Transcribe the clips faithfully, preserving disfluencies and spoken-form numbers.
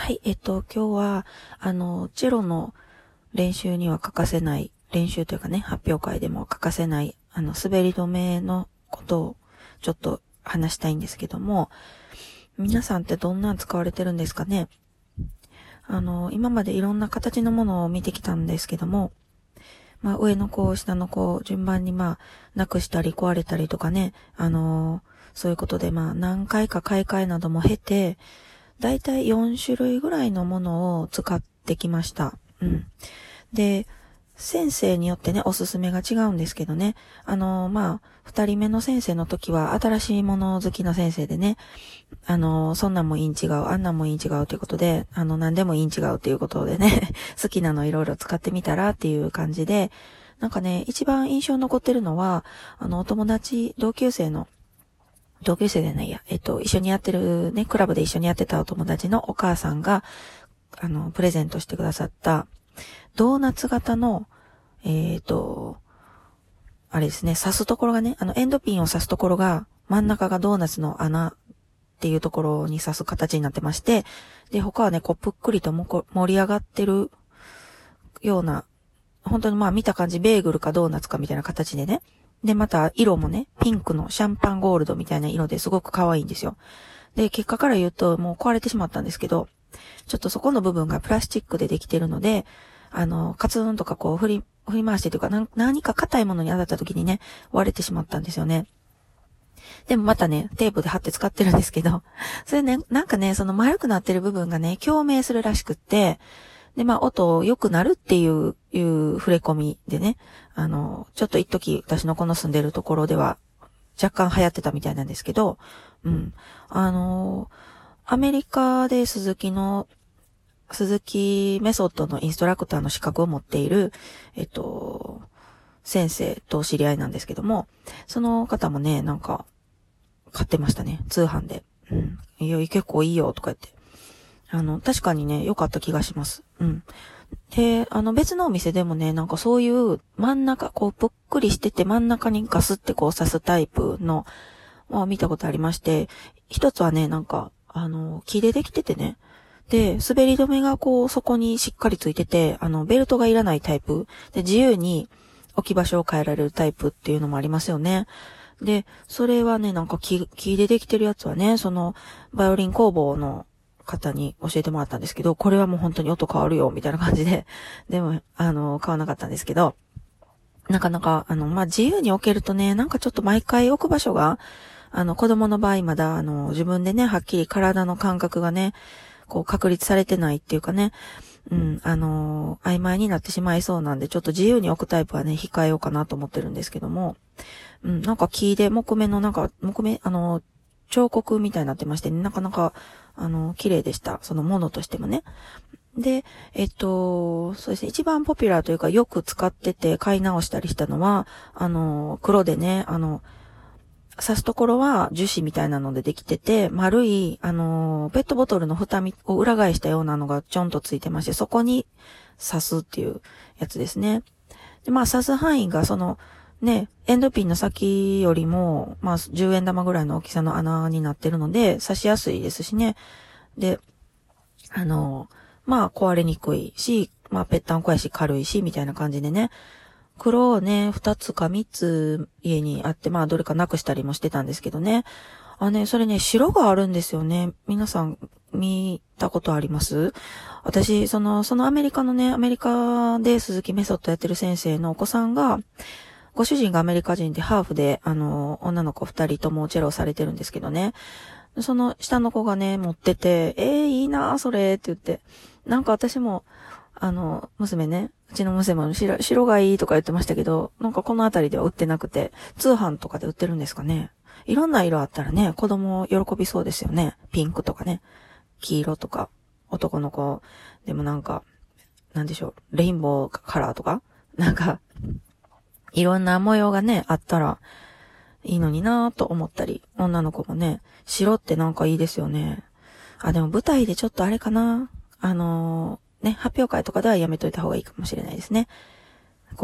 はい、えっと、今日は、あの、チェロの練習には欠かせない、練習というかね、発表会でも欠かせない、あの、滑り止めのことをちょっと話したいんですけども、皆さんってどんなん使われてるんですかね？あの、今までいろんな形のものを見てきたんですけども、まあ、上の子、下の子、順番にまあ、なくしたり壊れたりとかね、あの、そういうことでまあ、何回か買い替えなども経て、だいたいよん種類ぐらいのものを使ってきました。うん。で、先生によってね、おすすめが違うんですけどね。あの、まあ、二人目の先生の時は新しいもの好きな先生でね、あの、そんなんもいいん違う、あんなんもいいん違うということで、あの、何でもいいん違うということでね、好きなのいろいろ使ってみたらっていう感じで、なんかね、一番印象に残ってるのは、あの、お友達、同級生の、同級生じゃないや、えっと、一緒にやってるね、クラブで一緒にやってたお友達のお母さんが、あの、プレゼントしてくださった、ドーナツ型の、えっと、あれですね、刺すところがね、あの、エンドピンを刺すところが、真ん中がドーナツの穴っていうところに刺す形になってまして、で、他はね、こう、ぷっくりともこ盛り上がってるような、本当にまあ見た感じ、ベーグルかドーナツかみたいな形でね、で、また色もね、ピンクのシャンパンゴールドみたいな色ですごく可愛いんですよ。で、結果から言うともう壊れてしまったんですけど、ちょっとそこの部分がプラスチックでできてるので、あの、カツンとかこう振り、振り回してというか、何何か硬いものに当たった時にね、割れてしまったんですよね。でもまたね、テープで貼って使ってるんですけど、それね、なんかね、その丸くなってる部分がね、共鳴するらしくって、で、まあ、音良くなるっていう、いう触れ込みでね、あの、ちょっと一時私のこの住んでるところでは若干流行ってたみたいなんですけど、うん。あの、アメリカで鈴木の、鈴木メソッドのインストラクターの資格を持っている、えっと、先生と知り合いなんですけども、その方もね、なんか、買ってましたね、通販で。うん。いや、結構いいよ、とか言って。あの、確かにね、良かった気がします。うん。で、あの別のお店でもね、なんかそういう真ん中、こうぷっくりしてて真ん中にガスってこう刺すタイプの、まあ見たことありまして、一つはね、なんか、あの、木でできててね、で、滑り止めがこうそこにしっかりついてて、あの、ベルトがいらないタイプ、で、自由に置き場所を変えられるタイプっていうのもありますよね。で、それはね、なんか木、木でできてるやつはね、その、バイオリン工房の方に教えてもらったんですけど、これはもう本当に音変わるよ、みたいな感じで、でも、あの、買わなかったんですけど、なかなか、あの、まあ、自由に置けるとね、なんかちょっと毎回置く場所が、あの、子供の場合まだ、あの、自分でね、はっきり体の感覚がね、こう、確立されてないっていうかね、うん、あのー、曖昧になってしまいそうなんで、ちょっと自由に置くタイプはね、控えようかなと思ってるんですけども、うん、なんか木で木目のなんか、木目、あのー、彫刻みたいになってまして、ね、なかなか、あのー、綺麗でした。そのものとしてもね。で、えっと、そうですね、一番ポピュラーというか、よく使ってて買い直したりしたのは、あのー、黒でね、あの、刺すところは樹脂みたいなのでできてて、丸い、あのー、ペットボトルの蓋を裏返したようなのがちょんとついてまして、そこに刺すっていうやつですね。で、まあ刺す範囲がその、ね、エンドピンの先よりも、まあじゅうえん玉ぐらいの大きさの穴になってるので、刺しやすいですしね。で、あのー、まあ壊れにくいし、まあぺったんこやし軽いし、みたいな感じでね。黒をね、二つか三つ家にあって、まあどれかなくしたりもしてたんですけどね。あね、それね、白があるんですよね。皆さん見たことあります？私、その、そのアメリカのね、アメリカで鈴木メソッドやってる先生のお子さんが、ご主人がアメリカ人でハーフで、あの、女の子二人ともチェロをされてるんですけどね。その下の子がね、持ってて、えー、いいなぁ、それ、って言って。なんか私も、あの、娘ね、うちの娘も白、白がいいとか言ってましたけど、なんかこのあたりでは売ってなくて、通販とかで売ってるんですかね。いろんな色あったらね、子供喜びそうですよね。ピンクとかね、黄色とか、男の子、でもなんか、なんでしょう、レインボーカラーとか、なんか、いろんな模様がね、あったらいいのになぁと思ったり、女の子もね、白ってなんかいいですよね。あ、でも舞台でちょっとあれかな。あのー、ね、発表会とかではやめといた方がいいかもしれないですね。こ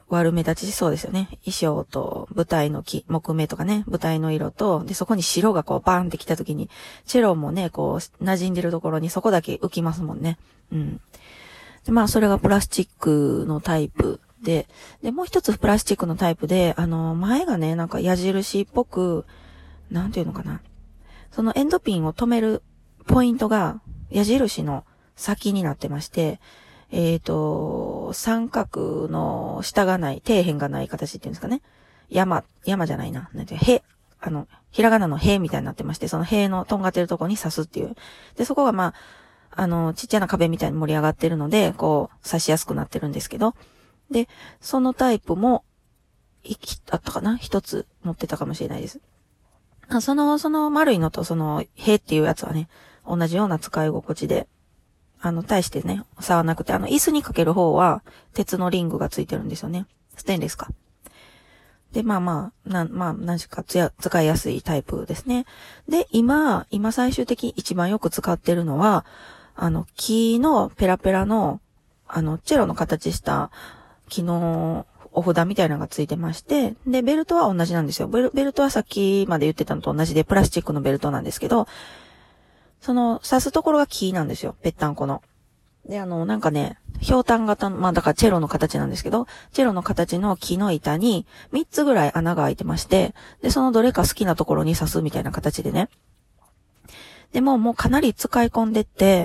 悪目立ちしそうですよね。衣装と舞台の木、木目とかね、舞台の色と、で、そこに白がこうバーンって来た時に、チェロもね、こう、馴染んでるところにそこだけ浮きますもんね。うん。で、まあ、それがプラスチックのタイプで、で、もう一つプラスチックのタイプで、あの、前がね、なんか矢印っぽく、なんていうのかな。そのエンドピンを止めるポイントが矢印の先になってまして、えっと、三角の下がない、底辺がない形っていうんですかね。山、山じゃないな。なんて、へ、あの、ひらがなのへみたいになってまして、そのへのとんがってるところに刺すっていう。で、そこがまあ、あの、ちっちゃな壁みたいに盛り上がってるので、こう、刺しやすくなってるんですけど。で、そのタイプも、いき、あったかな一つ持ってたかもしれないです。その、その丸いのとその、へっていうやつはね、同じような使い心地で、あの、対してね、差はなくて、あの、椅子にかける方は、鉄のリングがついてるんですよね。ステンレスか。で、まあまあ、な、まあ、何しかつや使いやすいタイプですね。で、今、今最終的に一番よく使ってるのは、あの、木のペラペラの、あの、チェロの形した木のお札みたいなのがついてまして、で、ベルトは同じなんですよ。ベル、ベルトはさっきまで言ってたのと同じで、プラスチックのベルトなんですけど、その、刺すところが木なんですよ。ぺったんこの。で、あの、なんかね、ひょうたん型の、まあだからチェロの形なんですけど、チェロの形の木の板にみっつぐらい穴が開いてまして、で、そのどれか好きなところに刺すみたいな形でね。でも、もうかなり使い込んでって、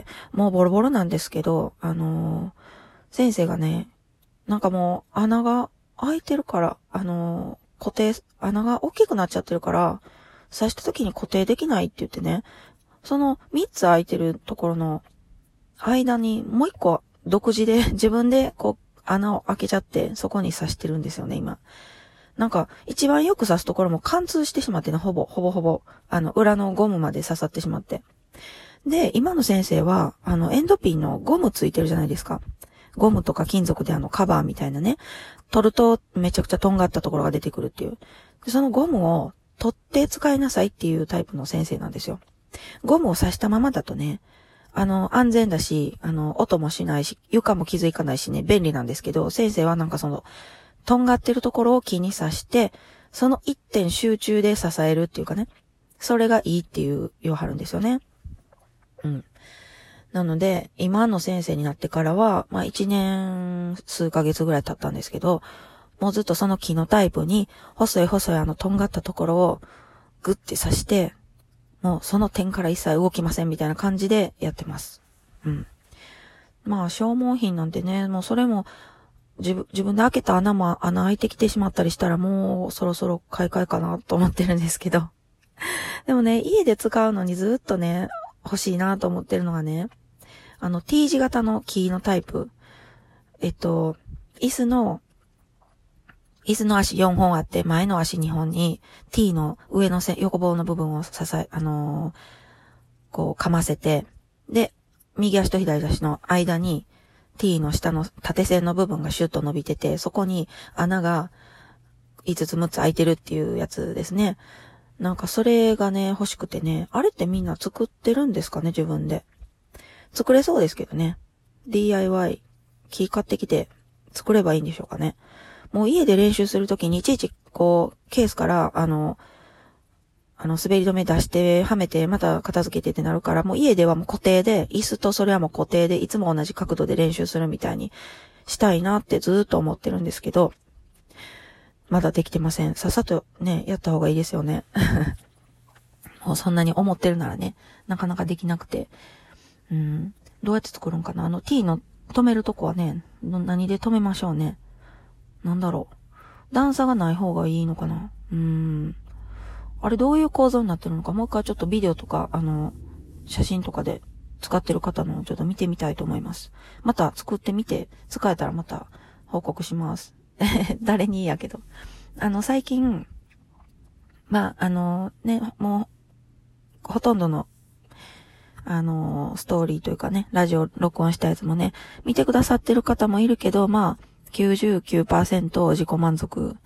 もうボロボロなんですけど、あのー、先生がね、なんかもう穴が開いてるから、あのー、固定、穴が大きくなっちゃってるから、刺した時に固定できないって言ってね、そのみっつ開いてるところの間にもういっこ独自で自分でこう穴を開けちゃってそこに刺してるんですよね、今。なんか一番よく刺すところも貫通してしまってね、ほぼ、ほぼほぼ、あの裏のゴムまで刺さってしまって。で、今の先生は、あのエンドピンのゴムついてるじゃないですか。ゴムとか金属であのカバーみたいなね、取るとめちゃくちゃとんがったところが出てくるっていう。でそのゴムを取って使いなさいっていうタイプの先生なんですよ。ゴムを刺したままだとね、あの、安全だし、あの、音もしないし、床も傷いかないしね、便利なんですけど、先生はなんかその、とんがってるところを木に刺して、その一点集中で支えるっていうかね、それがいいっていう言わはるんですよね。うん。なので、今の先生になってからは、まあ一年数ヶ月ぐらい経ったんですけど、もうずっとその木のタイプに、細い細いあの、とんがったところを、グッて刺して、もうその点から一切動きませんみたいな感じでやってます。うん。まあ消耗品なんてね、もうそれも自分、自分で開けた穴も穴開いてきてしまったりしたらもうそろそろ買い替えかなと思ってるんですけど。でもね、家で使うのにずっとね、欲しいなと思ってるのがね、あの T 字型のキーのタイプ。えっと、椅子の椅子の足よんほんあって、前の足にほんに T の上のせ横棒の部分を支え、あのー、こう噛ませて、で、右足と左足の間に T の下の縦線の部分がシュッと伸びてて、そこに穴がいつつむっつ開いてるっていうやつですね。なんかそれがね、欲しくてね、あれってみんな作ってるんですかね、自分で。作れそうですけどね。ディーアイワイ、キー買ってきて作ればいいんでしょうかね。もう家で練習するときにいちいちこう、ケースから、あの、あの、滑り止め出して、はめて、また片付けてってなるから、もう家ではもう固定で、椅子とそれはもう固定で、いつも同じ角度で練習するみたいにしたいなってずーっと思ってるんですけど、まだできてません。さっさとね、やった方がいいですよね。もうそんなに思ってるならね、なかなかできなくて。うん。どうやって作るんかなあの T の止めるとこはね、何で止めましょうね。なんだろう。段差がない方がいいのかな。うーん。あれどういう構造になってるのか、もう一回ちょっとビデオとか、あの、写真とかで使ってる方のをちょっと見てみたいと思います。また作ってみて、使えたらまた報告します。誰にやけど。あの、最近、まあ、あの、ね、もう、ほとんどの、あの、ストーリーというかね、ラジオ録音したやつもね、見てくださってる方もいるけど、まあ、きゅうじゅうきゅうパーセント 自己満足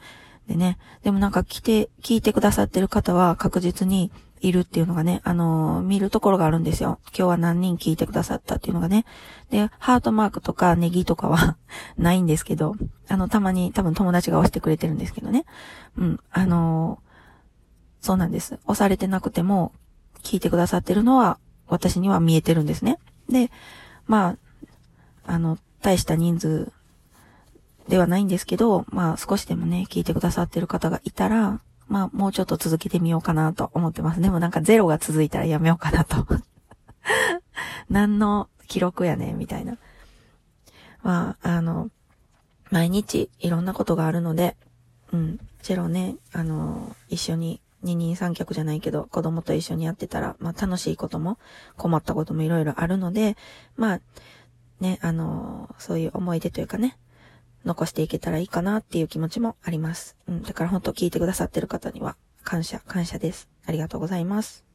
でね、でもなんか来て、聞いてくださってる方は確実にいるっていうのがね、あのー、見るところがあるんですよ。今日は何人聞いてくださったっていうのがね。で、ハートマークとかネギとかはないんですけど、あの、たまに多分友達が押してくれてるんですけどね。うん、あのー、そうなんです。押されてなくても、聞いてくださってるのは、私には見えてるんですね。で、まあ、あの、大した人数ではないんですけど、まあ少しでもね、聞いてくださってる方がいたら、まあもうちょっと続けてみようかなと思ってます。でもなんかゼロが続いたらやめようかなと。何の記録やねんみたいな。まあ、あの、毎日いろんなことがあるので、うん、ゼロね、あの、一緒に二人三脚じゃないけど、子供と一緒にやってたら、まあ楽しいことも困ったこともいろいろあるので、まあ、ね、あの、そういう思い出というかね、残していけたらいいかなっていう気持ちもあります。うん。だから本当聞いてくださってる方には感謝、感謝です。ありがとうございます。